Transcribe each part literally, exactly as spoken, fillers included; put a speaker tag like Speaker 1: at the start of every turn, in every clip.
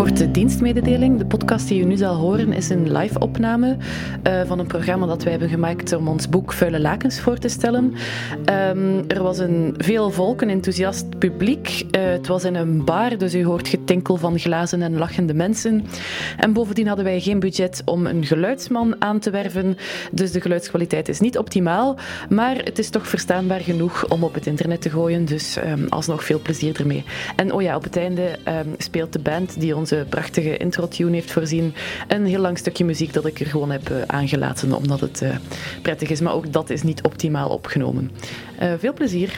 Speaker 1: korte dienstmededeling. De podcast die u nu zal horen is een live-opname uh, van een programma dat wij hebben gemaakt om ons boek Vuile Lakens voor te stellen. Um, er was een veel volk, een enthousiast publiek. Uh, het was in een bar, dus u hoort getinkel van glazen en lachende mensen. En bovendien hadden wij geen budget om een geluidsman aan te werven, dus de geluidskwaliteit is niet optimaal, maar het is toch verstaanbaar genoeg om op het internet te gooien, dus um, alsnog veel plezier ermee. En oh ja, op het einde um, speelt de band die onze prachtige intro-tune heeft voorzien een heel lang stukje muziek dat ik er gewoon heb uh, aangelaten, omdat het uh, prettig is, maar ook dat is niet optimaal opgenomen. Uh, veel plezier.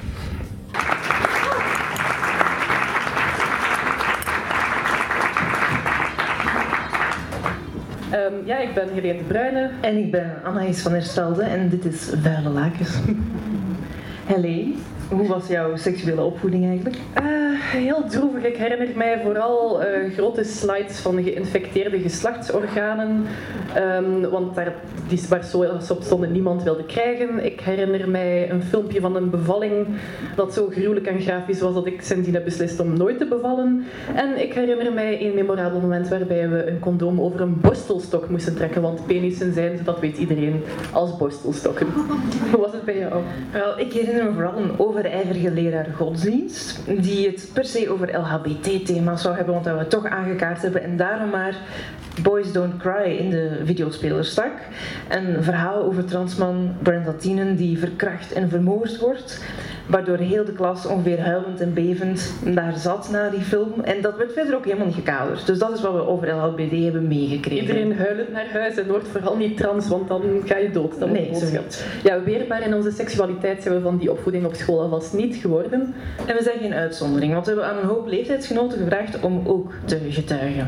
Speaker 1: Um, ja, ik ben Helene de Bruyne.
Speaker 2: En ik ben Anaïs van der Stelde en dit is Vuile Lakens. Helene, hoe was jouw seksuele opvoeding eigenlijk?
Speaker 1: Uh, heel droevig. Ik herinner mij vooral uh, grote slides van geïnfecteerde geslachtsorganen. Um, want daar, die waar zo op stonden, niemand wilde krijgen. Ik herinner mij een filmpje van een bevalling dat zo gruwelijk en grafisch was dat ik sindsdien heb beslist om nooit te bevallen. En ik herinner mij een memorabel moment waarbij we een condoom over een borstelstok moesten trekken. Want penissen zijn, dat weet iedereen, als borstelstokken. Hoe was het bij jou?
Speaker 2: Wel, ik herinner me vooral een overijverige leraar godsdienst die het per se over L H B T-thema's zou hebben, want dat we het toch aangekaart hebben en daarom maar Boys Don't Cry in de videospeler stak. Een verhaal over transman Brenda Tienen die verkracht en vermoord wordt, waardoor heel de klas ongeveer huilend en bevend daar zat na die film. En dat werd verder ook helemaal niet gekaderd. Dus dat is wat we over L H B T hebben meegekregen.
Speaker 1: Iedereen huilend naar huis en wordt vooral niet trans, want dan ga je dood. Dat
Speaker 2: nee, zo niet.
Speaker 1: Ja, weerbaar in onze seksualiteit zijn we van die opvoeding op school alvast niet geworden.
Speaker 2: En we zijn geen uitzondering, want we hebben aan een hoop leeftijdsgenoten gevraagd om ook te getuigen.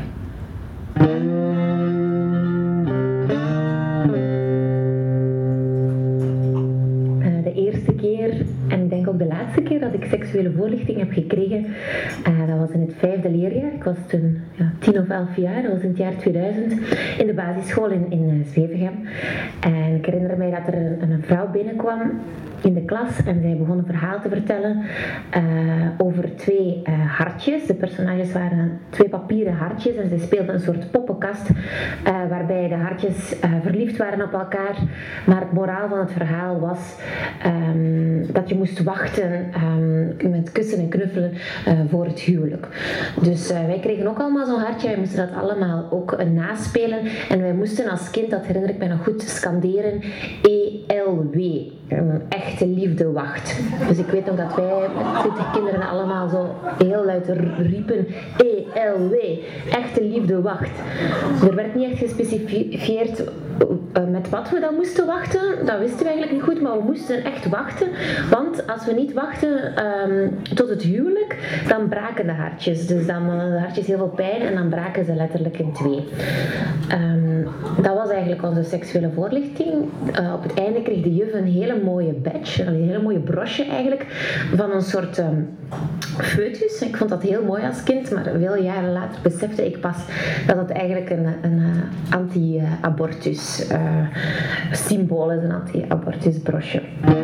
Speaker 3: De eerste keer, en ik denk ook de laatste keer dat ik seksuele voorlichting heb gekregen, uh, dat was in het vijfde leerjaar. Ik was toen ja, tien of elf jaar, dat was in het jaar tweeduizend, in de basisschool in, in uh, Zwevegem. En ik herinner mij dat er een, een vrouw binnenkwam in de klas en zij begon een verhaal te vertellen uh, over twee uh, hartjes. De personages waren twee papieren hartjes en zij speelden een soort poppenkast uh, waarbij de hartjes uh, verliefd waren op elkaar. Maar het moraal van het verhaal was um, dat je moest wachten um, met kussen en knuffelen uh, voor het huwelijk. Dus uh, wij kregen ook allemaal zo'n hartje. Wij moesten dat allemaal ook uh, naspelen. En wij moesten als kind, dat herinner ik mij nog goed, scanderen E L W. Een echte liefde wacht. Dus ik weet nog dat wij met twintig kinderen allemaal zo heel luid riepen E L W, echte liefde wacht. Er werd niet echt gespecificeerd uh, met wat we dan moesten wachten. Dat wisten we eigenlijk niet goed, maar we moesten echt wachten. Want als we niet wachten um, tot het huwelijk, dan braken de hartjes. Dus dan hadden de hartjes heel veel pijn en dan braken ze letterlijk in twee. Um, dat was eigenlijk onze seksuele voorlichting. Uh, op het einde kreeg de juf een hele mooie badge, een hele mooie broche eigenlijk, van een soort um, foetus. Ik vond dat heel mooi als kind, maar veel jaren later besefte ik pas dat het eigenlijk een, een uh, anti-abortus uh, symbool is, een anti-abortus broche.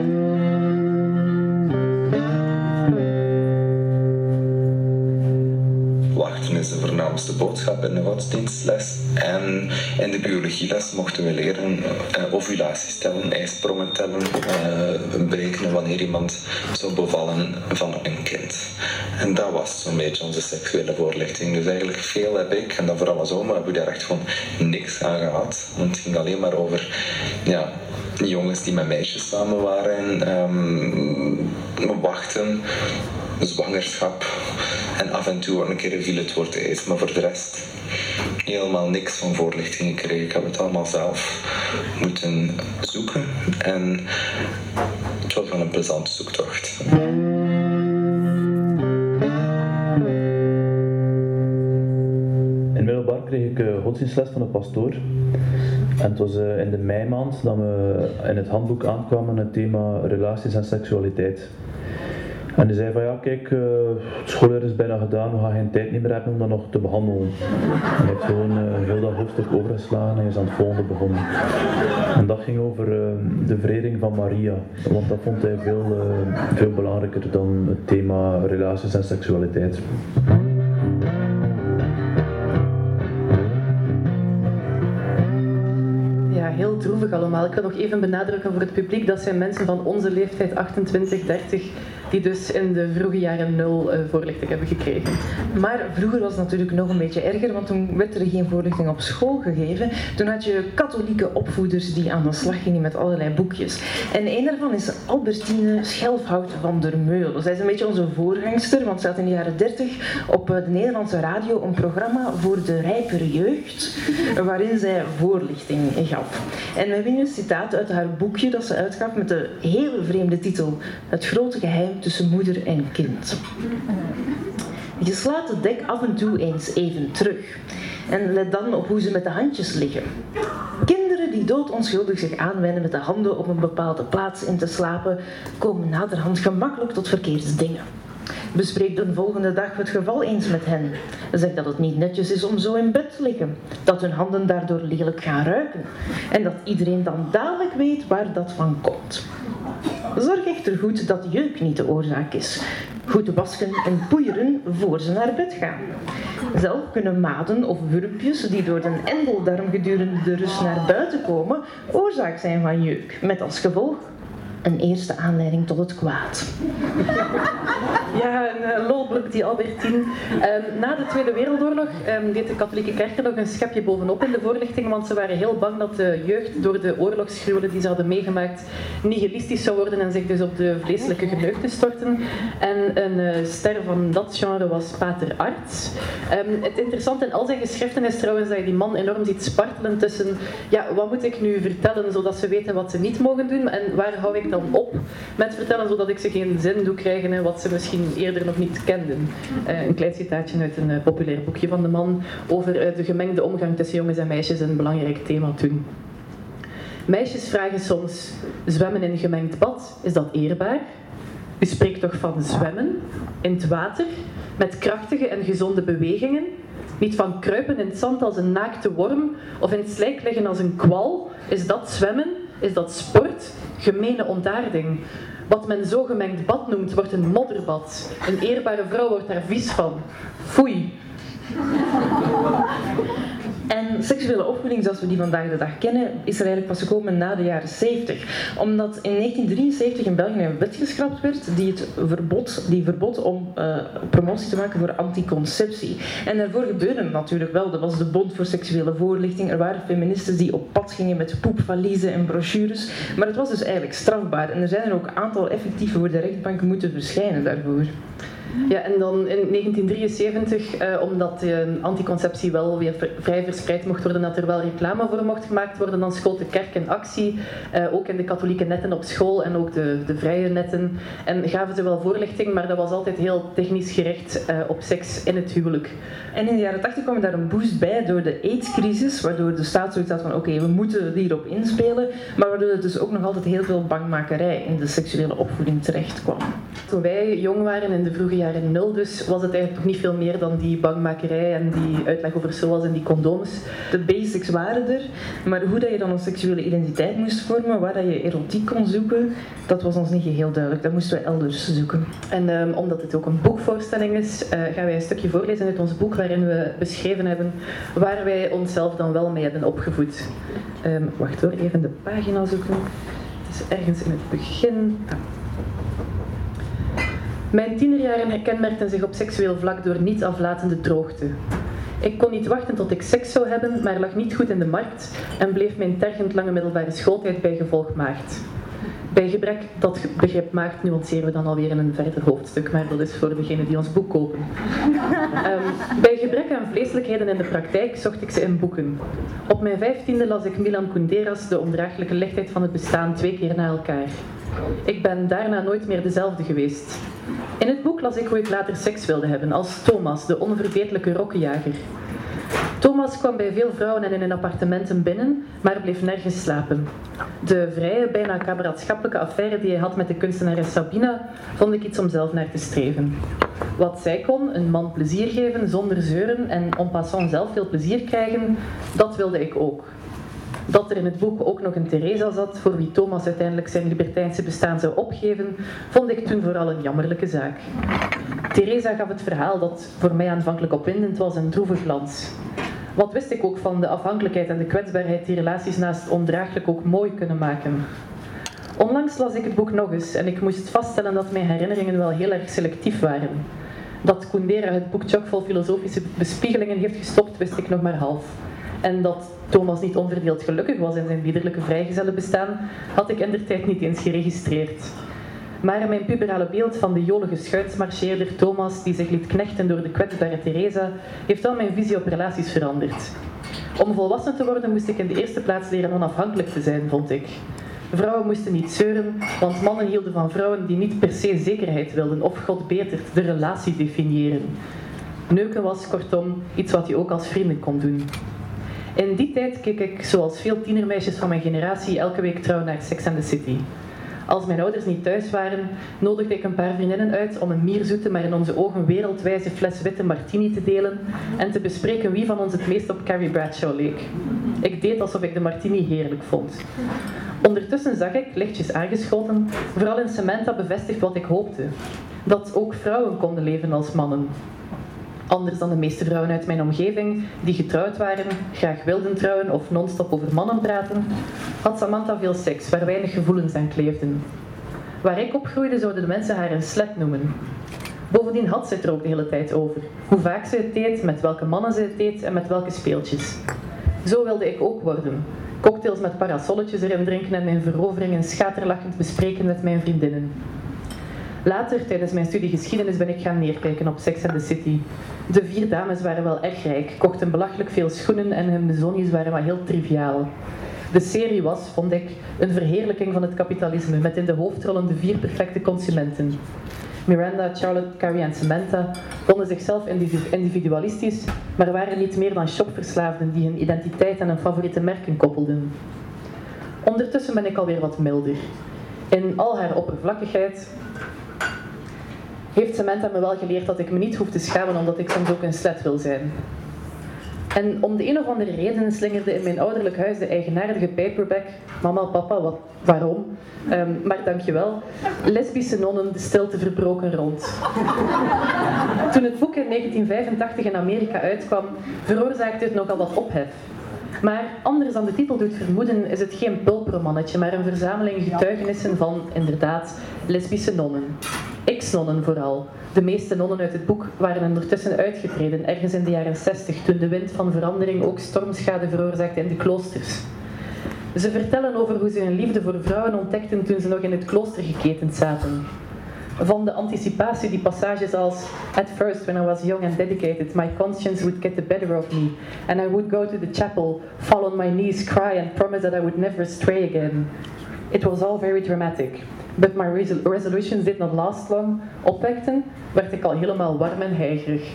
Speaker 4: Wachten is de voornaamste boodschap in de godsdienstles. En in de biologieles mochten we leren uh, ovulaties tellen, ijsprongen tellen, uh, berekenen wanneer iemand zou bevallen van een kind. En dat was zo'n beetje onze seksuele voorlichting. Dus eigenlijk veel heb ik, en dan vooral als oma, heb ik daar echt gewoon niks aan gehad. Want het ging alleen maar over ja, jongens die met meisjes samen waren, um, wachten, zwangerschap en af en toe een keer viel het woord ijs, maar voor de rest helemaal niks van voorlichting gekregen. Ik heb het allemaal zelf moeten zoeken en het was wel een plezante zoektocht.
Speaker 5: In middelbaar kreeg ik uh, godsdienstles van een pastoor. En het was uh, in de meimaand dat we in het handboek aankwamen het thema relaties en seksualiteit. En die zei van ja kijk, uh, het schooljaar is bijna gedaan, we gaan geen tijd meer hebben om dat nog te behandelen. En hij heeft gewoon uh, heel dat hoofdstuk overgeslagen en is aan het volgende begonnen. En dat ging over uh, de verering van Maria, want dat vond hij veel, uh, veel belangrijker dan het thema relaties en seksualiteit.
Speaker 1: heel droevig allemaal. Ik wil nog even benadrukken voor het publiek, dat zijn mensen van onze leeftijd, achtentwintig, dertig, die dus in de vroege jaren nul uh, voorlichting hebben gekregen.
Speaker 2: Maar vroeger was het natuurlijk nog een beetje erger, want toen werd er geen voorlichting op school gegeven. Toen had je katholieke opvoeders die aan de slag gingen met allerlei boekjes. En een daarvan is Albertine Schelfhout van der Meulen. Zij is een beetje onze voorgangster, want ze had in de jaren dertig op de Nederlandse radio een programma voor de rijpere jeugd, waarin zij voorlichting gaf. En we hebben hier een citaat uit haar boekje dat ze uitgaf met de hele vreemde titel: Het grote geheim tussen moeder en kind. Je slaat het dek af en toe eens even terug. En let dan op hoe ze met de handjes liggen. Kinderen die doodonschuldig zich aanwijden met de handen op een bepaalde plaats in te slapen, komen naderhand gemakkelijk tot verkeerde dingen. Bespreek de volgende dag het geval eens met hen. Zeg dat het niet netjes is om zo in bed te liggen. Dat hun handen daardoor lelijk gaan ruiken. En dat iedereen dan dadelijk weet waar dat van komt. Zorg echter goed dat jeuk niet de oorzaak is. Goed wasken en poeieren voor ze naar bed gaan. Zelf kunnen maden of wurmpjes die door de endeldarm gedurende de rust naar buiten komen, oorzaak zijn van jeuk. Met als gevolg een eerste aanleiding tot het kwaad.
Speaker 1: Ja, een uh, lolblok die Albertine. Um, na de Tweede Wereldoorlog um, deed de katholieke kerk er nog een schepje bovenop in de voorlichting, want ze waren heel bang dat de jeugd door de oorlogsgruwelen die ze hadden meegemaakt nihilistisch zou worden en zich dus op de vleeselijke geneugten storten. En een uh, ster van dat genre was Pater Arts. Um, het interessante in al zijn geschriften is trouwens dat je die man enorm ziet spartelen tussen, ja, wat moet ik nu vertellen zodat ze weten wat ze niet mogen doen en waar hou ik dan op met vertellen zodat ik ze geen zin doe krijgen en wat ze misschien eerder nog niet kenden. Uh, een klein citaatje uit een uh, populair boekje van de man over uh, de gemengde omgang tussen jongens en meisjes, een belangrijk thema toen. Meisjes vragen soms, zwemmen in een gemengd bad, is dat eerbaar? U spreekt toch van zwemmen in het water, met krachtige en gezonde bewegingen? Niet van kruipen in het zand als een naakte worm of in het slijk liggen als een kwal? Is dat zwemmen? Is dat sport? Gemene ontaarding. Wat men zo gemengd bad noemt, wordt een modderbad. Een eerbare vrouw wordt daar vies van. Foei.
Speaker 2: En seksuele opvoeding zoals we die vandaag de dag kennen, is er eigenlijk pas gekomen na de jaren zeventig. Omdat in negentien drieënzeventig in België een wet geschrapt werd die het verbod, die verbod om uh, promotie te maken voor anticonceptie. En daarvoor gebeurde het natuurlijk wel. Dat was de Bond voor Seksuele Voorlichting. Er waren feministen die op pad gingen met poepvaliezen en brochures. Maar het was dus eigenlijk strafbaar. En er zijn er ook een aantal effectief voor de rechtbank moeten verschijnen daarvoor.
Speaker 1: Ja, en dan in negentien drieënzeventig, eh, omdat de anticonceptie wel weer vrij verspreid mocht worden, dat er wel reclame voor mocht gemaakt worden, dan schoot de kerk in actie, eh, ook in de katholieke netten op school en ook de, de vrije netten. En gaven ze wel voorlichting, maar dat was altijd heel technisch gericht eh, op seks in het huwelijk.
Speaker 2: En in de jaren tachtig kwam daar een boost bij door de AIDS-crisis, waardoor de staat zoiets had van oké, okay, we moeten hierop inspelen, maar waardoor er dus ook nog altijd heel veel bangmakerij in de seksuele opvoeding terecht kwam.
Speaker 1: Toen wij jong waren in de vroege jaren nul, dus was het eigenlijk nog niet veel meer dan die bangmakerij en die uitleg over S O A S en die condooms.
Speaker 2: De basics waren er, maar hoe dat je dan een seksuele identiteit moest vormen, waar dat je erotiek kon zoeken, dat was ons niet geheel duidelijk. Dat moesten we elders zoeken.
Speaker 1: En um, omdat het ook een boekvoorstelling is, uh, gaan wij een stukje voorlezen uit ons boek waarin we beschreven hebben waar wij onszelf dan wel mee hebben opgevoed. Um, wacht hoor, even de pagina zoeken. Het is ergens in het begin. Ah. Mijn tienerjaren kenmerkten zich op seksueel vlak door niet aflatende droogte. Ik kon niet wachten tot ik seks zou hebben, maar lag niet goed in de markt en bleef mijn tergend lange middelbare schooltijd bijgevolg maagd. Bij gebrek dat begrip maagd nuanceren we dan alweer in een verder hoofdstuk, maar dat is voor degenen die ons boek kopen. Um, bij gebrek aan vleeselijkheden in de praktijk zocht ik ze in boeken. Op mijn vijftiende las ik Milan Kunderas De ondraaglijke lichtheid van het bestaan twee keer na elkaar. Ik ben daarna nooit meer dezelfde geweest. In het boek las ik hoe ik later seks wilde hebben, als Thomas, de onvergetelijke rokkenjager. Thomas kwam bij veel vrouwen en in hun appartementen binnen, maar bleef nergens slapen. De vrije, bijna kameradschappelijke affaire die hij had met de kunstenares Sabina, vond ik iets om zelf naar te streven. Wat zij kon, een man plezier geven zonder zeuren en en passant zelf veel plezier krijgen, dat wilde ik ook. Dat er in het boek ook nog een Theresa zat, voor wie Thomas uiteindelijk zijn libertijnse bestaan zou opgeven, vond ik toen vooral een jammerlijke zaak. Theresa gaf het verhaal dat voor mij aanvankelijk opwindend was een droeve glans. Wat wist ik ook van de afhankelijkheid en de kwetsbaarheid die relaties naast ondraaglijk ook mooi kunnen maken? Onlangs las ik het boek nog eens en ik moest vaststellen dat mijn herinneringen wel heel erg selectief waren. Dat Kundera het boek chockvol filosofische bespiegelingen heeft gestopt, wist ik nog maar half. En dat Thomas niet onverdeeld gelukkig was in zijn liederlijke vrijgezellenbestaan, had ik indertijd niet eens geregistreerd. Maar mijn puberale beeld van de jolige schuitsmarcheerder Thomas, die zich liet knechten door de kwetsbare Theresa, heeft al mijn visie op relaties veranderd. Om volwassen te worden moest ik in de eerste plaats leren onafhankelijk te zijn, vond ik. Vrouwen moesten niet zeuren, want mannen hielden van vrouwen die niet per se zekerheid wilden of, God betert, de relatie definiëren. Neuken was, kortom, iets wat je ook als vrienden kon doen. In die tijd keek ik, zoals veel tienermeisjes van mijn generatie, elke week trouw naar Sex and the City. Als mijn ouders niet thuis waren, nodigde ik een paar vriendinnen uit om een mierzoete, maar in onze ogen wereldwijze fles witte martini te delen en te bespreken wie van ons het meest op Carrie Bradshaw leek. Ik deed alsof ik de martini heerlijk vond. Ondertussen zag ik, lichtjes aangeschoten, vooral in Samantha bevestigd wat ik hoopte. Dat ook vrouwen konden leven als mannen. Anders dan de meeste vrouwen uit mijn omgeving, die getrouwd waren, graag wilden trouwen of non-stop over mannen praten, had Samantha veel seks, waar weinig gevoelens aan kleefden. Waar ik opgroeide zouden de mensen haar een slet noemen. Bovendien had ze het er ook de hele tijd over. Hoe vaak ze het deed, met welke mannen ze het deed en met welke speeltjes. Zo wilde ik ook worden. Cocktails met parasolletjes erin drinken en mijn veroveringen schaterlachend bespreken met mijn vriendinnen. Later, tijdens mijn studie geschiedenis, ben ik gaan neerkijken op Sex and the City. De vier dames waren wel erg rijk, kochten belachelijk veel schoenen en hun besognes waren maar heel triviaal. De serie was, vond ik, een verheerlijking van het kapitalisme, met in de hoofdrollen de vier perfecte consumenten. Miranda, Charlotte, Carrie en Samantha vonden zichzelf individualistisch, maar waren niet meer dan shopverslaafden die hun identiteit aan hun favoriete merken koppelden. Ondertussen ben ik alweer wat milder. In al haar oppervlakkigheid heeft Samantha me wel geleerd dat ik me niet hoef te schamen omdat ik soms ook een slet wil zijn. En om de een of andere reden slingerde in mijn ouderlijk huis de eigenaardige paperback, mama, papa, wat, waarom? Um, maar dankjewel, lesbische nonnen de stilte verbroken rond. Toen het boek in negentien vijfentachtig in Amerika uitkwam, veroorzaakte het nogal wat ophef. Maar anders dan de titel doet vermoeden, is het geen pulpromannetje, maar een verzameling getuigenissen van, inderdaad, lesbische nonnen. Ex-nonnen vooral. De meeste nonnen uit het boek waren ondertussen uitgetreden, ergens in de jaren zestig, toen de wind van verandering ook stormschade veroorzaakte in de kloosters. Ze vertellen over hoe ze hun liefde voor vrouwen ontdekten toen ze nog in het klooster geketend zaten. Van de anticipatie die passages als "At first, when I was young and dedicated, my conscience would get the better of me, and I would go to the chapel, fall on my knees, cry and promise that I would never stray again. It was all very dramatic, but my resol- resolutions did not last long," opwekten, werd ik al helemaal warm en heigerig.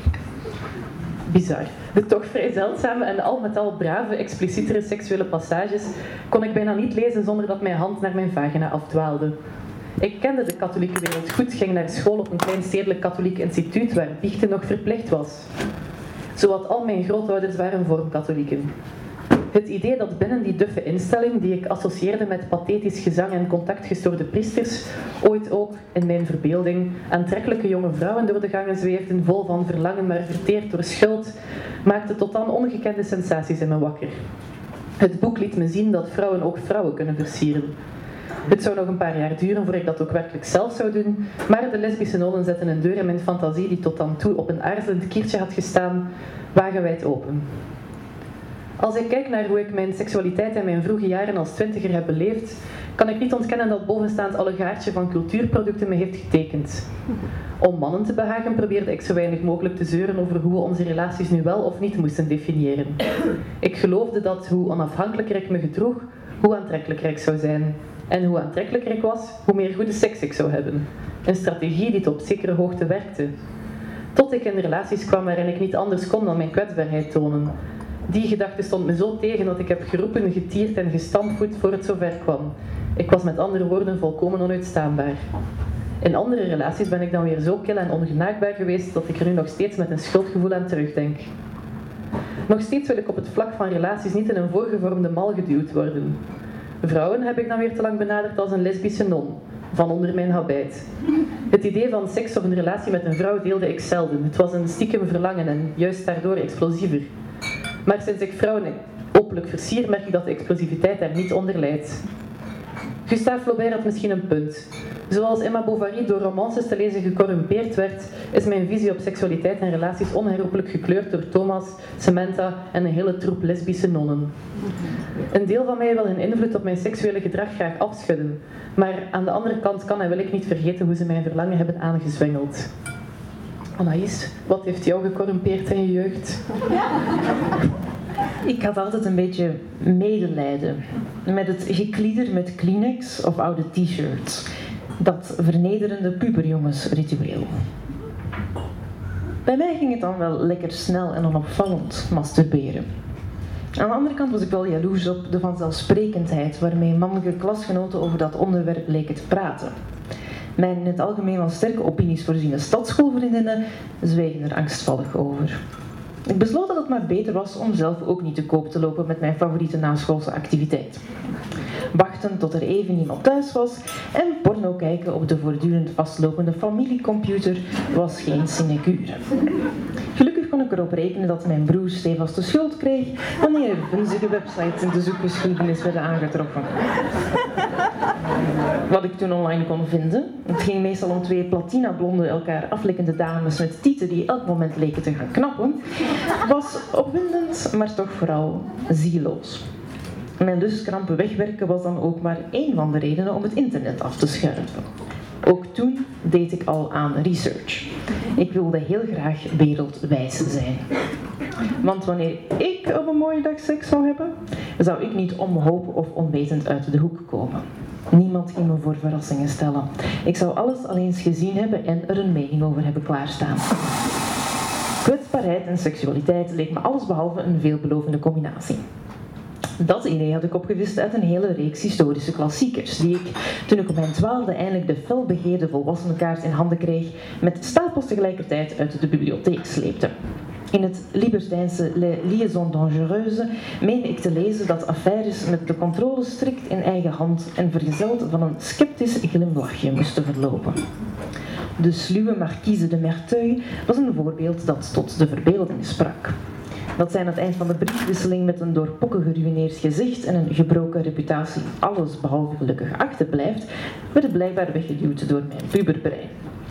Speaker 1: Bizar. De toch vrij zeldzame en al met al brave, explicietere seksuele passages kon ik bijna niet lezen zonder dat mijn hand naar mijn vagina afdwaalde. Ik kende de katholieke wereld goed, ging naar school op een klein stedelijk katholiek instituut waar biechten nog verplicht was. Zowat al mijn grootouders waren vormkatholieken. Het idee dat binnen die duffe instelling, die ik associeerde met pathetisch gezang en contactgestoorde priesters, ooit ook, in mijn verbeelding, aantrekkelijke jonge vrouwen door de gangen zweefden, vol van verlangen maar verteerd door schuld, maakte tot dan ongekende sensaties in me wakker. Het boek liet me zien dat vrouwen ook vrouwen kunnen versieren. Het zou nog een paar jaar duren voor ik dat ook werkelijk zelf zou doen, maar de lesbische nonnen zetten een deur in mijn fantasie die tot dan toe op een aarzelend kiertje had gestaan, wagenwijd open. Als ik kijk naar hoe ik mijn seksualiteit in mijn vroege jaren als twintiger heb beleefd, kan ik niet ontkennen dat bovenstaand allegaartje van cultuurproducten me heeft getekend. Om mannen te behagen probeerde ik zo weinig mogelijk te zeuren over hoe we onze relaties nu wel of niet moesten definiëren. Ik geloofde dat hoe onafhankelijker ik me gedroeg, hoe aantrekkelijker ik zou zijn. En hoe aantrekkelijker ik was, hoe meer goede seks ik zou hebben. Een strategie die tot op zekere hoogte werkte. Tot ik in relaties kwam waarin ik niet anders kon dan mijn kwetsbaarheid tonen. Die gedachte stond me zo tegen dat ik heb geroepen, getierd en gestampvoet voor het zover kwam. Ik was met andere woorden volkomen onuitstaanbaar. In andere relaties ben ik dan weer zo kil en ongenaakbaar geweest dat ik er nu nog steeds met een schuldgevoel aan terugdenk. Nog steeds wil ik op het vlak van relaties niet in een voorgevormde mal geduwd worden. Vrouwen heb ik dan weer te lang benaderd als een lesbische non, van onder mijn habit. Het idee van seks of een relatie met een vrouw deelde ik zelden. Het was een stiekem verlangen en juist daardoor explosiever. Maar sinds ik vrouwen openlijk versier, merk ik dat de explosiviteit daar niet onder leidt. Gustave Flaubert had misschien een punt. Zoals Emma Bovary door romances te lezen gecorrumpeerd werd, is mijn visie op seksualiteit en relaties onherroepelijk gekleurd door Thomas, Samantha en een hele troep lesbische nonnen. Een deel van mij wil hun invloed op mijn seksuele gedrag graag afschudden, maar aan de andere kant kan en wil ik niet vergeten hoe ze mijn verlangen hebben aangezwengeld. Anaïs, wat heeft jou gecorrumpeerd in je jeugd?
Speaker 2: Ik had altijd een beetje medelijden met het geklieder met Kleenex of oude t-shirts. Dat vernederende puberjongensritueel. Bij mij ging het dan wel lekker snel en onopvallend masturberen. Aan de andere kant was ik wel jaloers op de vanzelfsprekendheid waarmee mannelijke klasgenoten over dat onderwerp leken te praten. Mijn in het algemeen wel sterke opinies voorziene stadsschoolvriendinnen zwegen er angstvallig over. Ik besloot dat het maar beter was om zelf ook niet te koop te lopen met mijn favoriete naschoolse activiteit. Wachten tot er even iemand thuis was en porno kijken op de voortdurend vastlopende familiecomputer was geen sinecure. Gelukkig kon ik erop rekenen dat mijn broer stevast de schuld kreeg wanneer vunzige websites in de zoekgeschiedenis werden aangetroffen. Wat ik toen online kon vinden, het ging meestal om twee platinablonde elkaar aflikkende dames met tieten die elk moment leken te gaan knappen, was opwindend, maar toch vooral zieloos. Mijn lustkrampen wegwerken was dan ook maar één van de redenen om het internet af te schuiven. Ook toen deed ik al aan research. Ik wilde heel graag wereldwijs zijn. Want wanneer ik op een mooie dag seks zou hebben, zou ik niet onbeholpen of onwetend uit de hoek komen. Niemand ging me voor verrassingen stellen. Ik zou alles al eens gezien hebben en er een mening over hebben klaarstaan. Kwetsbaarheid en seksualiteit leek me allesbehalve een veelbelovende combinatie. Dat idee had ik opgevist uit een hele reeks historische klassiekers, die ik, toen ik op mijn twaalfde eindelijk de felbegeerde volwassenenkaart in handen kreeg, met stapels tegelijkertijd uit de bibliotheek sleepte. In het libertijnse Les Liaisons Dangereuses meende ik te lezen dat affaires met de controle strikt in eigen hand en vergezeld van een sceptisch glimlachje moesten verlopen. De sluwe marquise de Merteuil was een voorbeeld dat tot de verbeelding sprak. Dat zij aan het eind van de briefwisseling met een door pokken geruïneerd gezicht en een gebroken reputatie alles behalve gelukkig achterblijft, werd blijkbaar weggeduwd door mijn puberbrein.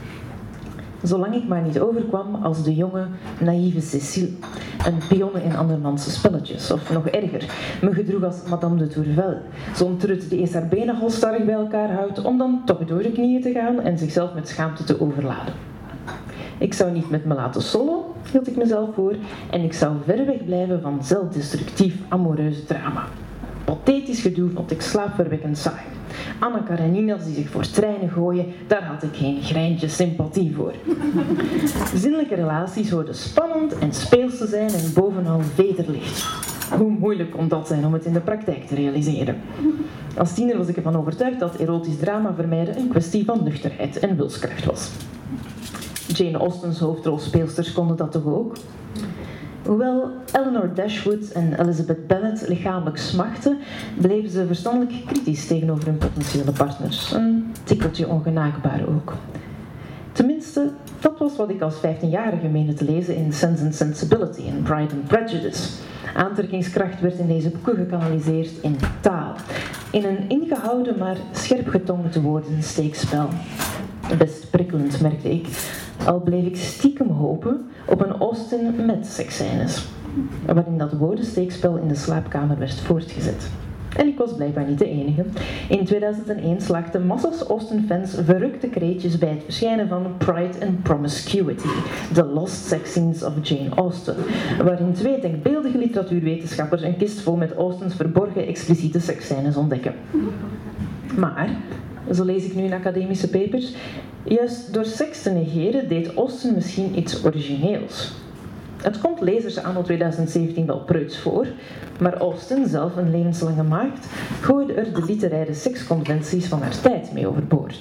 Speaker 2: Zolang ik maar niet overkwam als de jonge, naïeve Cécile, een pionne in andermans spelletjes, of nog erger, me gedroeg als Madame de Tourvel, zo'n trut die eerst haar benen halstarrig bij elkaar houdt om dan toch door de knieën te gaan en zichzelf met schaamte te overladen. Ik zou niet met me laten sollen, hield ik mezelf voor, en ik zou ver weg blijven van zelfdestructief amoureuze drama. Pathetisch gedoe vond ik slaapverwekkend saai. Anna Karenina's die zich voor treinen gooien, daar had ik geen greintje sympathie voor. Zinnelijke relaties hoorden spannend en speels te zijn en bovenal vederlicht. Hoe moeilijk kon dat zijn om het in de praktijk te realiseren? Als tiener was ik ervan overtuigd dat erotisch drama vermijden een kwestie van nuchterheid en wilskracht was. Jane Austen's hoofdrolspeelsters konden dat toch ook? Hoewel Eleanor Dashwood en Elizabeth Bennet lichamelijk smachten, bleven ze verstandelijk kritisch tegenover hun potentiële partners. Een tikkeltje ongenaakbaar ook. Tenminste, dat was wat ik als vijftienjarige meende te lezen in Sense and Sensibility en Pride and Prejudice. Aantrekkingskracht werd in deze boeken gekanaliseerd in taal. In een ingehouden maar scherp getongd woordensteekspel. Best prikkelend, merkte ik, al bleef ik stiekem hopen op een Austen met seksscènes, waarin dat woordensteekspel in de slaapkamer werd voortgezet. En ik was blijkbaar niet de enige. In tweeduizend één slaakten massa's Austen-fans verrukte kreetjes bij het verschijnen van Pride and Promiscuity, The Lost Sex Scenes of Jane Austen, waarin twee denkbeeldige literatuurwetenschappers een kist vol met Austens verborgen expliciete seksscènes ontdekken. Maar, zo lees ik nu in academische papers, juist door seks te negeren deed Austen misschien iets origineels. Het komt lezers anno tweeduizend zeventien wel preuts voor, maar Austen, zelf een levenslange maagd, gooide er de literaire seksconventies van haar tijd mee overboord.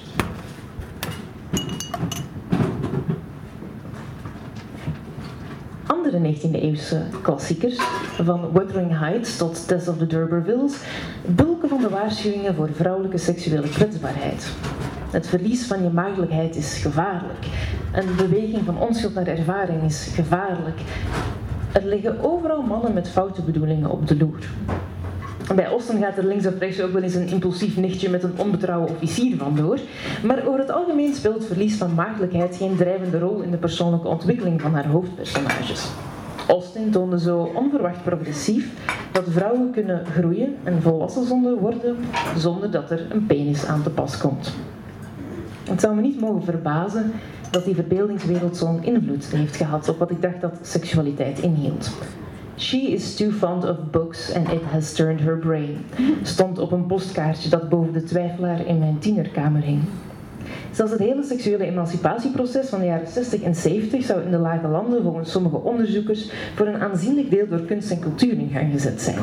Speaker 2: Andere negentiende-eeuwse klassiekers, van Wuthering Heights tot Tess of the D'Urbervilles, bulken van de waarschuwingen voor vrouwelijke seksuele kwetsbaarheid. Het verlies van je maagdelijkheid is gevaarlijk. Een beweging van onschuld naar ervaring is gevaarlijk. Er liggen overal mannen met foute bedoelingen op de loer. Bij Austen gaat er links of rechts ook wel eens een impulsief nichtje met een onbetrouwe officier vandoor, maar over het algemeen speelt verlies van maagdelijkheid geen drijvende rol in de persoonlijke ontwikkeling van haar hoofdpersonages. Austen toonde zo onverwacht progressief dat vrouwen kunnen groeien en volwassen zonder worden zonder dat er een penis aan te pas komt. Het zou me niet mogen verbazen dat die verbeeldingswereld zo'n invloed heeft gehad op wat ik dacht dat seksualiteit inhield. She is too fond of books and it has turned her brain, stond op een postkaartje dat boven de twijfelaar in mijn tienerkamer hing. Zelfs het hele seksuele emancipatieproces van de jaren zestig en zeventig zou in de lage landen volgens sommige onderzoekers voor een aanzienlijk deel door kunst en cultuur in gang gezet zijn.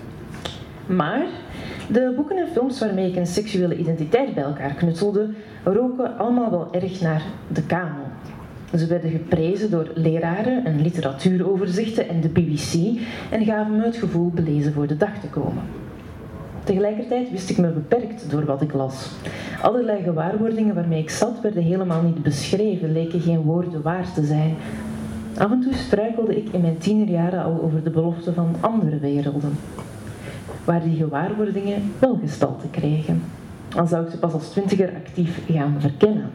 Speaker 2: Maar de boeken en films waarmee ik een seksuele identiteit bij elkaar knutselde, roken allemaal wel erg naar de kanon. Ze werden geprezen door leraren en literatuuroverzichten en de B B C en gaven me het gevoel belezen voor de dag te komen. Tegelijkertijd wist ik me beperkt door wat ik las. Allerlei gewaarwordingen waarmee ik zat werden helemaal niet beschreven, leken geen woorden waard te zijn. Af en toe struikelde ik in mijn tienerjaren al over de belofte van andere werelden, waar die gewaarwordingen wel gestalte kregen. Dan zou ik ze pas als twintiger actief gaan verkennen.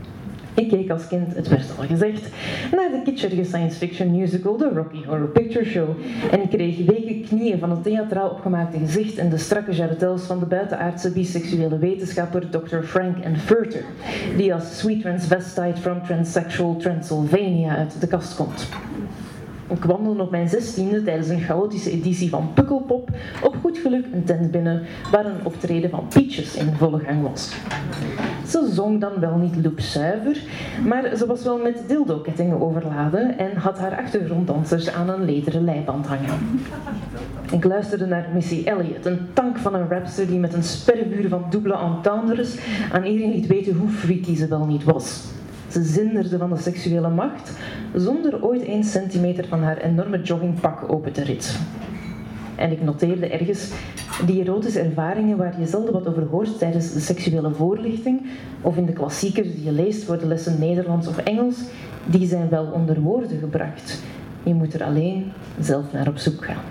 Speaker 2: Ik keek als kind, het werd al gezegd, naar de kitschige science fiction musical The Rocky Horror Picture Show en ik kreeg weken knieën van het theatraal opgemaakte gezicht en de strakke jarretels van de buitenaardse biseksuele wetenschapper dokter Frank Furter, die als sweet transvestite from transsexual Transylvania uit de kast komt. Ik wandelde op mijn zestiende tijdens een chaotische editie van Pukkelpop op goed geluk een tent binnen waar een optreden van Peaches in volle gang was. Ze zong dan wel niet loopzuiver, maar ze was wel met dildo-kettingen overladen en had haar achtergronddansers aan een lederen leiband hangen. Ik luisterde naar Missy Elliott, een tank van een rapster die met een spervuur van double entendres aan iedereen liet weten hoe freaky ze wel niet was. Ze zinderde van de seksuele macht, zonder ooit één centimeter van haar enorme joggingpak open te ritsen. En ik noteerde ergens, die erotische ervaringen waar je zelden wat over hoort tijdens de seksuele voorlichting, of in de klassiekers die je leest voor de lessen Nederlands of Engels, die zijn wel onder woorden gebracht. Je moet er alleen zelf naar op zoek gaan.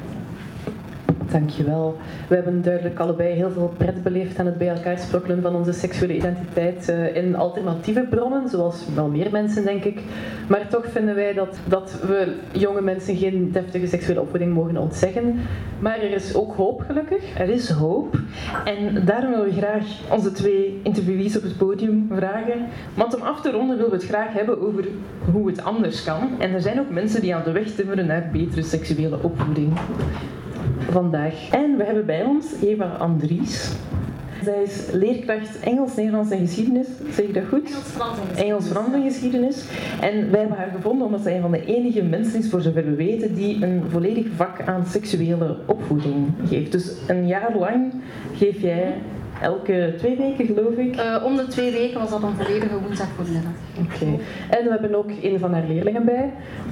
Speaker 1: Dankjewel. We hebben duidelijk allebei heel veel pret beleefd aan het bij elkaar sprokkelen van onze seksuele identiteit uh, in alternatieve bronnen, zoals wel meer mensen denk ik. Maar toch vinden wij dat, dat we jonge mensen geen deftige seksuele opvoeding mogen ontzeggen. Maar er is ook hoop gelukkig.
Speaker 2: Er is hoop en daarom willen we graag onze twee interviewees op het podium vragen. Want om af te ronden willen we het graag hebben over hoe het anders kan. En er zijn ook mensen die aan de weg timmeren naar betere seksuele opvoeding. Vandaag. En we hebben bij ons Eva Andries. Zij is leerkracht Engels, Nederlands en geschiedenis. Zeg ik dat goed?
Speaker 6: Engels-Frans en geschiedenis.
Speaker 2: Engels-Frans en geschiedenis. En wij hebben haar gevonden omdat zij een van de enige mensen is, voor zover we weten, die een volledig vak aan seksuele opvoeding geeft. Dus een jaar lang geef jij elke twee weken, geloof ik?
Speaker 6: Uh, om de twee weken was dat een volledige woensdag voor middag.
Speaker 2: Oké. Okay. En we hebben ook een van haar leerlingen bij.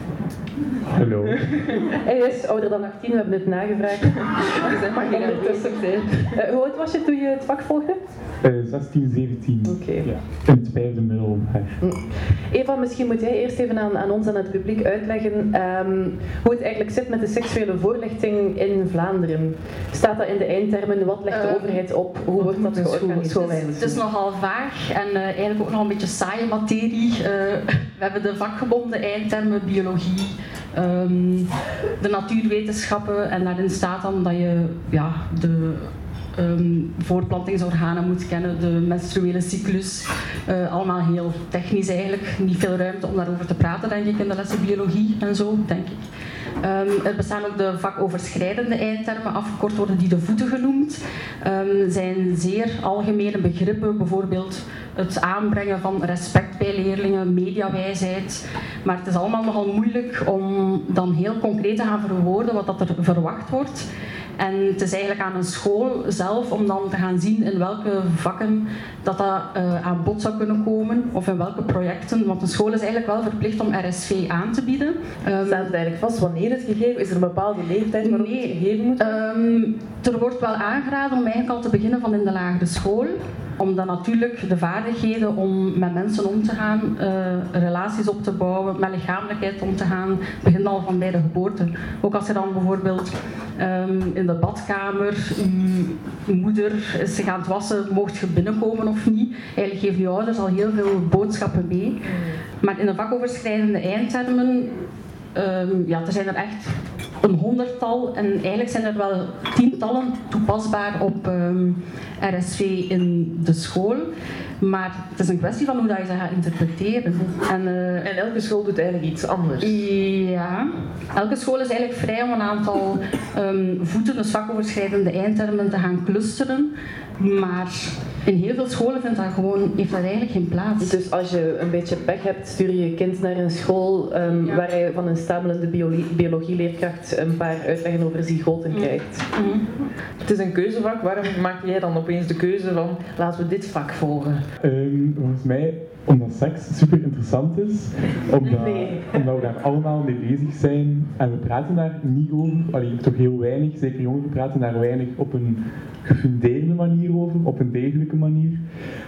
Speaker 5: Hallo.
Speaker 2: Hij is ouder dan achttien, we hebben het nagevraagd. Dus hij mag hier ondertussen zijn. Uh, hoe oud was je toen je het vak volgde?
Speaker 7: Uh, zestien, zeventien.
Speaker 2: Oké. Okay.
Speaker 7: Ja. In het vijfde middelbaar.
Speaker 2: Eva, misschien moet jij eerst even aan, aan ons en het publiek uitleggen um, hoe het eigenlijk zit met de seksuele voorlichting in Vlaanderen. Staat dat in de eindtermen? Wat legt de uh, overheid op? Hoe wordt dat georganiseerd?
Speaker 6: Het, het is nogal vaag en uh, eigenlijk ook nog een beetje saaie materie. Uh, we hebben de vakgebonden eindtermen biologie, um, de natuurwetenschappen en daarin staat dan dat je ja, de um, voortplantingsorganen moet kennen, de menstruele cyclus. Uh, allemaal heel technisch eigenlijk. Niet veel ruimte om daarover te praten, denk ik, in de lessen biologie en zo, denk ik. Um, er bestaan ook de vakoverschrijdende eindtermen, afgekort worden die de voeten genoemd. Um, zijn zeer algemene begrippen, bijvoorbeeld het aanbrengen van respect bij leerlingen, mediawijsheid. Maar het is allemaal nogal moeilijk om dan heel concreet te gaan verwoorden wat dat er verwacht wordt. En het is eigenlijk aan een school zelf om dan te gaan zien in welke vakken dat, dat uh, aan bod zou kunnen komen of in welke projecten. Want een school is eigenlijk wel verplicht om R S V aan te bieden.
Speaker 2: Um, Staat het eigenlijk vast wanneer het gegeven is? Er een bepaalde leeftijd waarop nee, het gegeven moet worden?
Speaker 6: Um, er wordt wel aangeraden om eigenlijk al te beginnen van in de lagere school. Omdat natuurlijk de vaardigheden om met mensen om te gaan, uh, relaties op te bouwen, met lichamelijkheid om te gaan, begint al van bij de geboorte. Ook als je dan bijvoorbeeld um, in de badkamer, je moeder is zich aan het wassen, mocht je binnenkomen of niet. Eigenlijk geven je ouders al heel veel boodschappen mee. Maar in de vakoverschrijdende eindtermen, um, ja, er zijn er echt een honderdtal en eigenlijk zijn er wel tientallen toepasbaar op um, R S V in de school. Maar het is een kwestie van hoe dat je ze gaat interpreteren. En, uh,
Speaker 2: en elke school doet eigenlijk iets anders.
Speaker 6: Ja, elke school is eigenlijk vrij om een aantal um, voeten, dus vakoverschrijdende eindtermen te gaan clusteren. Maar in heel veel scholen vindt dat gewoon, heeft dat eigenlijk geen plaats.
Speaker 1: Dus als je een beetje pech hebt, stuur je je kind naar een school um, ja. waar je van een stamelende biologie, biologieleerkracht een paar uitleggen over zygoten mm. krijgt.
Speaker 6: Mm.
Speaker 2: Het is een keuzevak, waarom maak jij dan opeens de keuze van laten we dit vak volgen?
Speaker 7: Um, volgens mij omdat seks super interessant is, omdat,
Speaker 1: nee.
Speaker 7: omdat we daar allemaal mee bezig zijn en we praten daar niet over, allee, toch heel weinig, zeker jongeren praten daar weinig op een gefundeerde manier over, op een degelijke manier.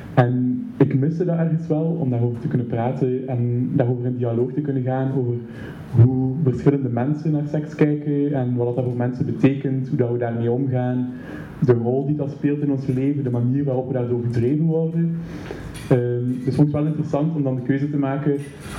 Speaker 7: En ik miste dat ergens wel, om daarover te kunnen praten en daarover in dialoog te kunnen gaan, over hoe verschillende mensen naar seks kijken en wat dat voor mensen betekent, hoe dat we daarmee omgaan, de rol die dat speelt in ons leven, de manier waarop we daardoor gedreven worden. Um, dus vond ik het wel interessant om dan de keuze te maken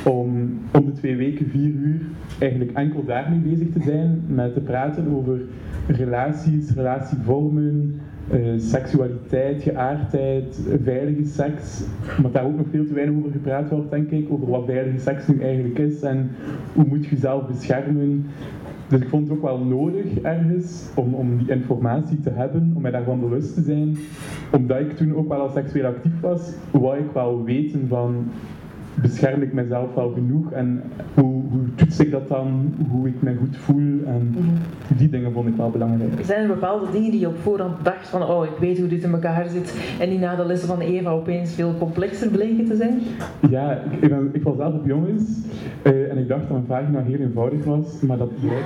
Speaker 7: om om de twee weken, vier uur, eigenlijk enkel daarmee bezig te zijn, met te praten over relaties, relatievormen, uh, seksualiteit, geaardheid, veilige seks. Maar daar ook nog veel te weinig over gepraat wordt, denk ik, over wat veilige seks nu eigenlijk is en hoe moet je jezelf beschermen. Dus ik vond het ook wel nodig ergens om, om die informatie te hebben, om mij daarvan bewust te zijn. Omdat ik toen ook wel al seksueel actief was, wou ik wel weten van, bescherm ik mezelf wel genoeg en hoe, hoe toets ik dat dan, hoe ik me goed voel en die dingen vond ik wel belangrijk.
Speaker 2: Zijn er bepaalde dingen die je op voorhand dacht van, oh ik weet hoe dit in elkaar zit en die na de lessen van Eva opeens veel complexer bleken te zijn?
Speaker 7: Ja, ik, ik, ben, ik was zelf op jongens uh, en ik dacht dat mijn vagina heel eenvoudig was, maar dat blijkt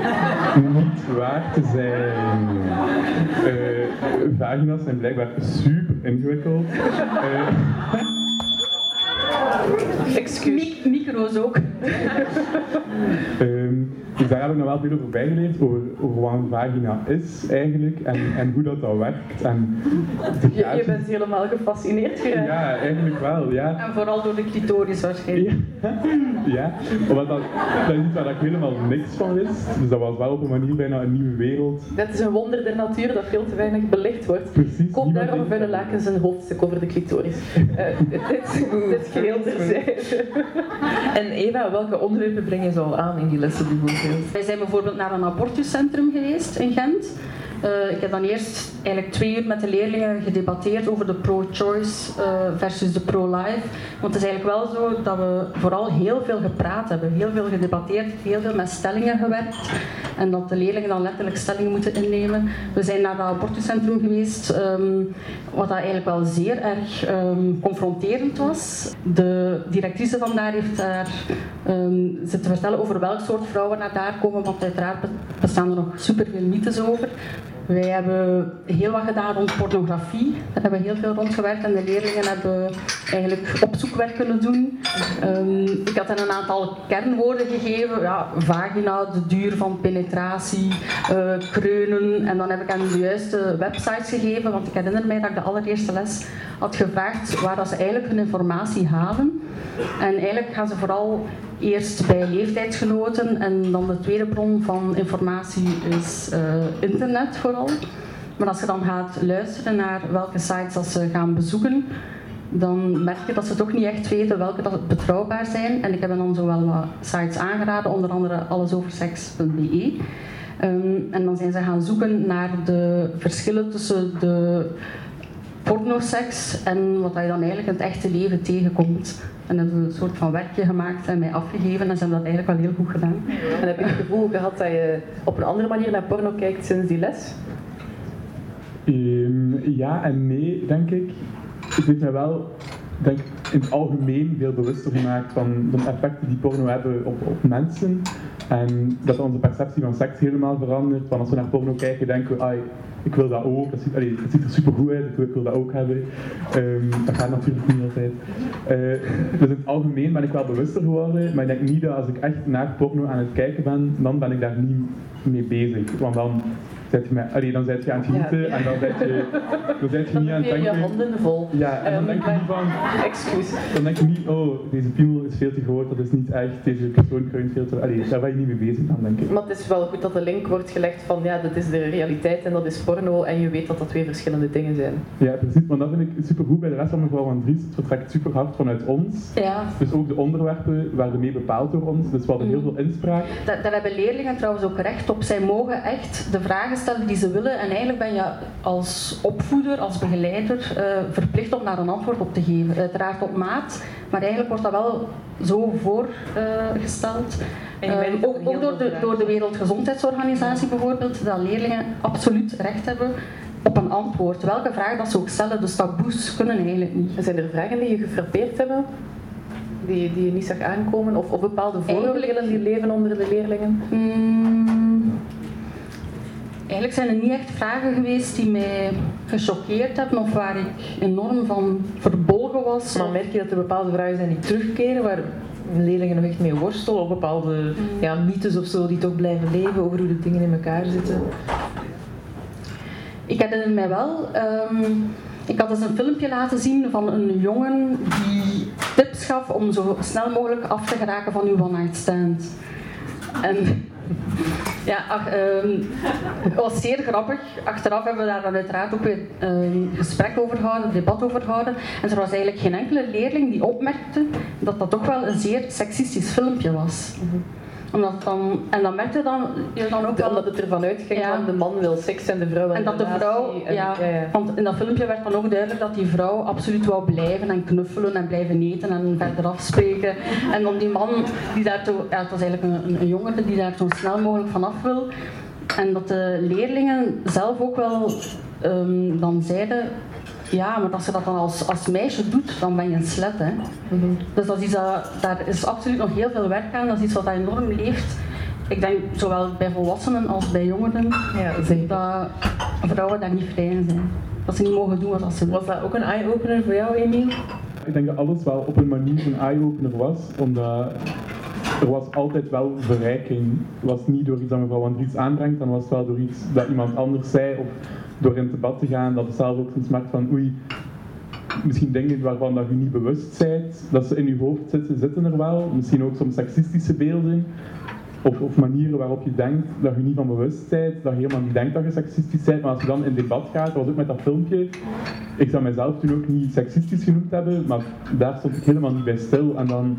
Speaker 7: niet waar te zijn. Uh, vagina's zijn blijkbaar super ingewikkeld. Uh,
Speaker 6: Excuus. Micro's ook.
Speaker 7: um, dus daar heb ik nog wel veel over bijgeleerd, over, over wat een vagina is eigenlijk en, en hoe dat, dat werkt. En
Speaker 1: je, je bent helemaal gefascineerd geraakt.
Speaker 7: Ja, eigenlijk wel, ja.
Speaker 6: En vooral door de clitoris waarschijnlijk.
Speaker 7: Ja, ja. Omdat dat, dat is iets waar ik helemaal niks van wist. Dus dat was wel op een manier bijna een nieuwe wereld.
Speaker 1: Dat is een wonder der natuur dat veel te weinig belicht wordt.
Speaker 7: Precies.
Speaker 1: Koop daarom Vuile Lakens een hoofdstuk over de clitoris. Uh, dit, dit geheel terzijde.
Speaker 2: En Eva, welke onderwerpen breng je zo al aan in die lessen bijvoorbeeld?
Speaker 6: Wij zijn bijvoorbeeld naar een abortuscentrum geweest in Gent. Uh, ik heb dan eerst eigenlijk twee uur met de leerlingen gedebatteerd over de pro-choice uh, versus de pro-life. Want het is eigenlijk wel zo dat we vooral heel veel gepraat hebben, heel veel gedebatteerd, heel veel met stellingen gewerkt. En dat de leerlingen dan letterlijk stellingen moeten innemen. We zijn naar dat abortuscentrum geweest, um, wat dat eigenlijk wel zeer erg um, confronterend was. De directrice van daar heeft daar um, zitten vertellen over welk soort vrouwen naar daar komen, want uiteraard bestaan er nog superveel mythes over. Wij hebben heel wat gedaan rond pornografie. Daar hebben we heel veel rondgewerkt en de leerlingen hebben eigenlijk opzoekwerk kunnen doen. Um, ik had hen een aantal kernwoorden gegeven. Ja, vagina, de duur van penetratie, uh, kreunen. En dan heb ik hen de juiste websites gegeven, want ik herinner mij dat ik de allereerste les had gevraagd waar dat ze eigenlijk hun informatie halen. En eigenlijk gaan ze vooral eerst bij leeftijdsgenoten en dan de tweede bron van informatie is uh, internet vooral. Maar als je dan gaat luisteren naar welke sites dat ze gaan bezoeken, dan merk je dat ze toch niet echt weten welke dat betrouwbaar zijn. En ik heb hen dan zowel wat sites aangeraden, onder andere allesoverseks punt b e. Um, en dan zijn ze gaan zoeken naar de verschillen tussen de pornoseks en wat je dan eigenlijk in het echte leven tegenkomt. En hebben we een soort van werkje gemaakt en mij afgegeven en ze hebben dat eigenlijk wel heel goed gedaan.
Speaker 1: En heb je het gevoel gehad dat je op een andere manier naar porno kijkt sinds die les?
Speaker 7: Um, ja en nee, denk ik. Ik weet mij wel ik denk in het algemeen veel bewuster gemaakt van de effecten die porno hebben op, op mensen. En dat onze perceptie van seks helemaal verandert. Want als we naar porno kijken, denken we, ah, ik wil dat ook. Dat ziet, allee, dat ziet er supergoed uit, ik wil, ik wil dat ook hebben. Um, dat gaat natuurlijk niet altijd. Uh, dus in het algemeen ben ik wel bewuster geworden. Maar ik denk niet dat als ik echt naar porno aan het kijken ben, dan ben ik daar niet mee bezig. Want dan zet je, met, allee, dan zet je aan het genieten ja, ja. en dan zet je, dan zet je
Speaker 1: dan
Speaker 7: niet aan het denken.
Speaker 1: Dan heb je je handen vol.
Speaker 7: Ja, en dan um, denk je niet van...
Speaker 1: Excuus.
Speaker 7: Dan denk je niet, oh, deze piemel is veel te groot, dat is niet echt, deze persoon kruint veel te... Allee, daar ben je niet mee bezig dan, denk ik.
Speaker 1: Maar het is wel goed dat de link wordt gelegd van, ja, dat is de realiteit en dat is porno en je weet dat dat twee verschillende dingen zijn.
Speaker 7: Ja, precies, maar dat vind ik supergoed bij de rest van mevrouw Van Dries. Het vertrekt super hard vanuit ons.
Speaker 6: Ja.
Speaker 7: Dus ook de onderwerpen werden mee bepaald door ons, dus we hadden heel veel inspraak.
Speaker 6: Daar, daar hebben leerlingen trouwens ook recht op. Zij mogen echt de vragen stellen die ze willen. En eigenlijk ben je als opvoeder, als begeleider, uh, verplicht om daar een antwoord op te geven. Uiteraard op maat, maar eigenlijk wordt dat wel zo voorgesteld. Uh, uh, ook ook door, de, door de Wereldgezondheidsorganisatie bijvoorbeeld, dat leerlingen absoluut recht hebben op een antwoord. Welke vraag dat ze ook stellen, dus taboes kunnen eigenlijk niet.
Speaker 1: Zijn er vragen die je gefrappeerd hebben? Die, die je niet zag aankomen? Of, of bepaalde vooroordelen die leven onder de leerlingen?
Speaker 6: Hmm. Eigenlijk zijn er niet echt vragen geweest die mij gechoqueerd hebben of waar ik enorm van verbolgen was.
Speaker 2: Maar merk je dat er bepaalde vragen zijn die terugkeren, waar leerlingen nog echt mee worstelen, of bepaalde mm. ja, mythes of zo die toch blijven leven over hoe de dingen in elkaar zitten?
Speaker 6: Ik herinner mij wel, um, ik had eens een filmpje laten zien van een jongen die tips gaf om zo snel mogelijk af te geraken van uw one-night stand. En ja, ach, um, het was zeer grappig. Achteraf hebben we daar dan uiteraard ook weer een gesprek over gehouden, een debat over gehouden. En er was eigenlijk geen enkele leerling die opmerkte dat dat toch wel een zeer seksistisch filmpje was. Mm-hmm. Omdat het dan, en dan merkte dan, je dan ook wel...
Speaker 1: Omdat het ervan uitging ja. van de man wil seks en de vrouw wil
Speaker 6: en dat de vrouw, en, ja, ja, ja, want in dat filmpje werd dan ook duidelijk dat die vrouw absoluut wou blijven en knuffelen en blijven eten en verder afspreken. En dan die man, die daar toe, ja, het was eigenlijk een, een jongere die daar zo snel mogelijk vanaf wil. En dat de leerlingen zelf ook wel um, dan zeiden... Ja, maar als je dat dan als, als meisje doet, dan ben je een slet, hè. Mm-hmm. Dus dat is, dat, daar is absoluut nog heel veel werk aan. Dat is iets wat enorm leeft. Ik denk zowel bij volwassenen als bij jongeren, ja, dat vrouwen daar niet vrij in zijn. Dat ze niet mogen doen wat ze willen.
Speaker 2: Was dat ook een eye-opener voor jou, Emiel?
Speaker 7: Ik denk dat alles wel op een manier een eye-opener was, omdat er was altijd wel verrijking. Het was niet door iets dat mevrouw Van Dries aanbrengt, dan was het wel door iets dat iemand anders zei, of door in het debat te gaan, dat het zelf ook soms merkt van oei, misschien dingen waarvan dat je niet bewust bent, dat ze in je hoofd zitten, zitten er wel. Misschien ook soms seksistische beelden, of, of manieren waarop je denkt dat je niet van bewust bent, dat je helemaal niet denkt dat je seksistisch bent, maar als je dan in debat gaat, dat was ook met dat filmpje, ik zou mijzelf toen ook niet seksistisch genoemd hebben, maar daar stond ik helemaal niet bij stil en dan...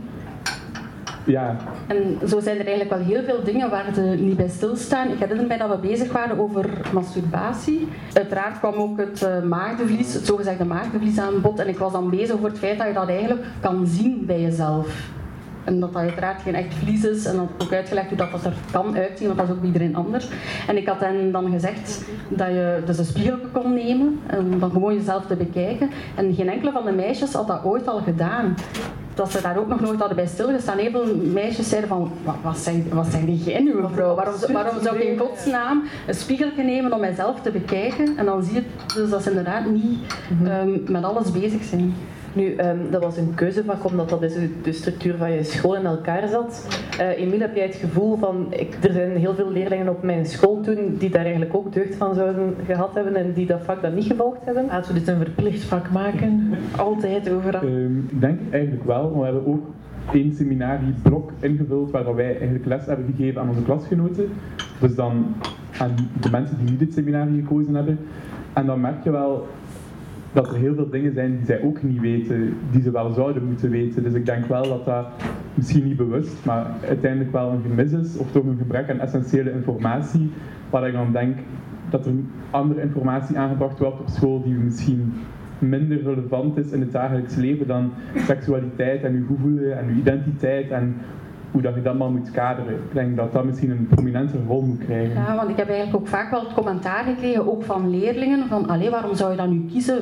Speaker 7: Ja.
Speaker 6: En zo zijn er eigenlijk wel heel veel dingen waar ze niet bij stilstaan. Ik herinner mij dat we bezig waren over masturbatie. Uiteraard kwam ook het uh, maagdenvlies, het zogezegde maagdenvlies aan bod. En ik was dan bezig over het feit dat je dat eigenlijk kan zien bij jezelf. En dat dat uiteraard geen echt vlies is. En dan ook uitgelegd hoe dat, dat er kan uitzien, want dat is ook bij iedereen anders. En ik had hen dan gezegd dat je dus een spiegel kon nemen en dan gewoon jezelf te bekijken. En geen enkele van de meisjes had dat ooit al gedaan. Dat ze daar ook nog nooit hadden bij stilgestaan. Heel veel meisjes zeiden van, wat, wat, zeg, wat zeg jij nu mevrouw? Waarom, waarom zou ik in godsnaam een spiegeltje nemen om mijzelf te bekijken? En dan zie je dus dat ze inderdaad niet um, met alles bezig zijn.
Speaker 1: Nu, um, dat was een keuzevak omdat dat dus de structuur van je school in elkaar zat. Uh, Emiel, heb jij het gevoel van, ik, er zijn heel veel leerlingen op mijn school toen die daar eigenlijk ook deugd van zouden gehad hebben en die dat vak dan niet gevolgd hebben?
Speaker 2: Laten we dit een verplicht vak maken? Altijd overal?
Speaker 7: Um, ik denk eigenlijk wel, maar we hebben ook één seminarieblok ingevuld waar wij eigenlijk les hebben gegeven aan onze klasgenoten. Dus dan aan de mensen die niet dit seminarie gekozen hebben. En dan merk je wel dat er heel veel dingen zijn die zij ook niet weten, die ze wel zouden moeten weten. Dus ik denk wel dat dat misschien niet bewust, maar uiteindelijk wel een gemis is, of toch een gebrek aan essentiële informatie, waar ik dan denk dat er andere informatie aangebracht wordt op school die misschien minder relevant is in het dagelijks leven dan seksualiteit en je gevoelens en je identiteit en hoe dat je dat maar moet kaderen. Ik denk dat dat misschien een prominente rol moet krijgen.
Speaker 6: Ja, want ik heb eigenlijk ook vaak wel het commentaar gekregen, ook van leerlingen, van allee, waarom zou je dan nu kiezen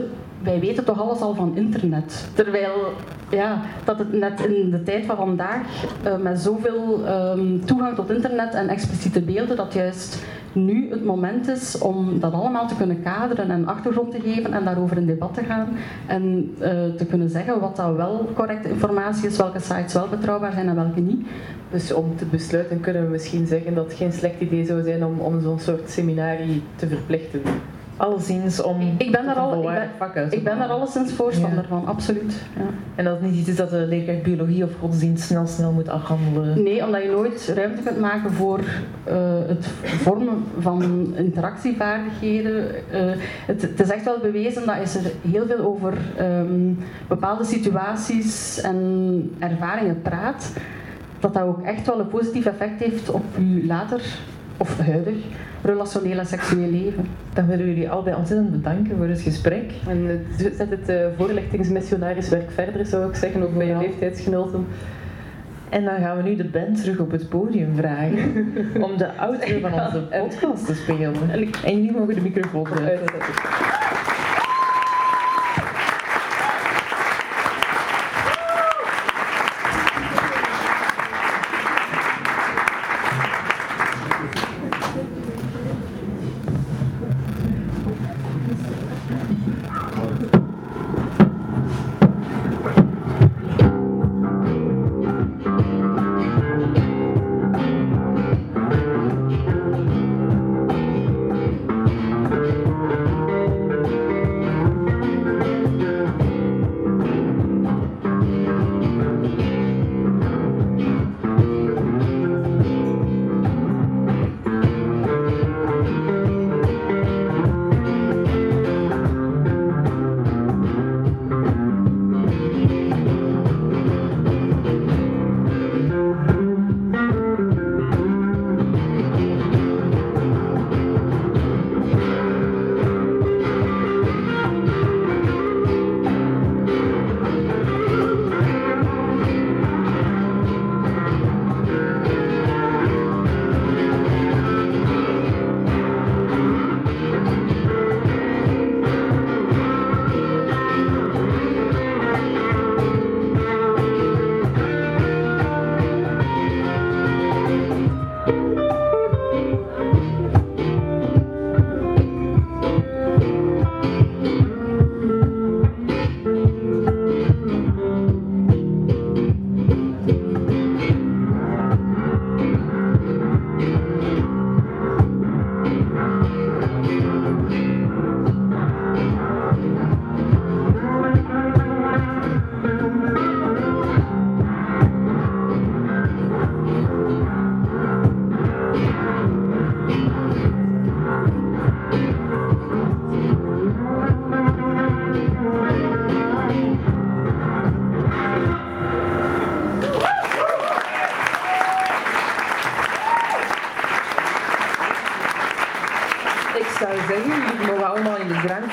Speaker 6: wij weten toch alles al van internet. Terwijl ja, dat het net in de tijd van vandaag, uh, met zoveel um, toegang tot internet en expliciete beelden, dat juist nu het moment is om dat allemaal te kunnen kaderen en achtergrond te geven en daarover in debat te gaan. En uh, te kunnen zeggen wat dat wel correcte informatie is, welke sites wel betrouwbaar zijn en welke niet.
Speaker 1: Dus om te besluiten kunnen we misschien zeggen dat het geen slecht idee zou zijn om, om zo'n soort seminarie te verplichten.
Speaker 2: Alleszins om
Speaker 6: ik ben daar al, ik ben,
Speaker 2: vak uit te
Speaker 6: ik ben daar alleszins voorstander ja. van, absoluut. Ja.
Speaker 2: En dat het niet iets is dat de leerkracht biologie of godsdienst snel snel moet afhandelen?
Speaker 6: Nee, omdat je nooit ruimte kunt maken voor uh, het vormen van interactievaardigheden. Uh, het, het is echt wel bewezen, dat is er heel veel over um, bepaalde situaties en ervaringen praat, dat dat ook echt wel een positief effect heeft op je later, of huidig, relationeel en seksueel leven.
Speaker 2: Dan willen jullie allebei ontzettend bedanken voor het gesprek.
Speaker 1: En uh, zet het uh, voorlichtingsmissionariswerk verder, zou ik zeggen, ook bij je leeftijdsgenoten.
Speaker 2: En dan gaan we nu de band terug op het podium vragen om de outro van onze podcast te spelen. En jullie mogen de microfoon uitzetten. Ik zou zeggen, jullie mogen allemaal in de drank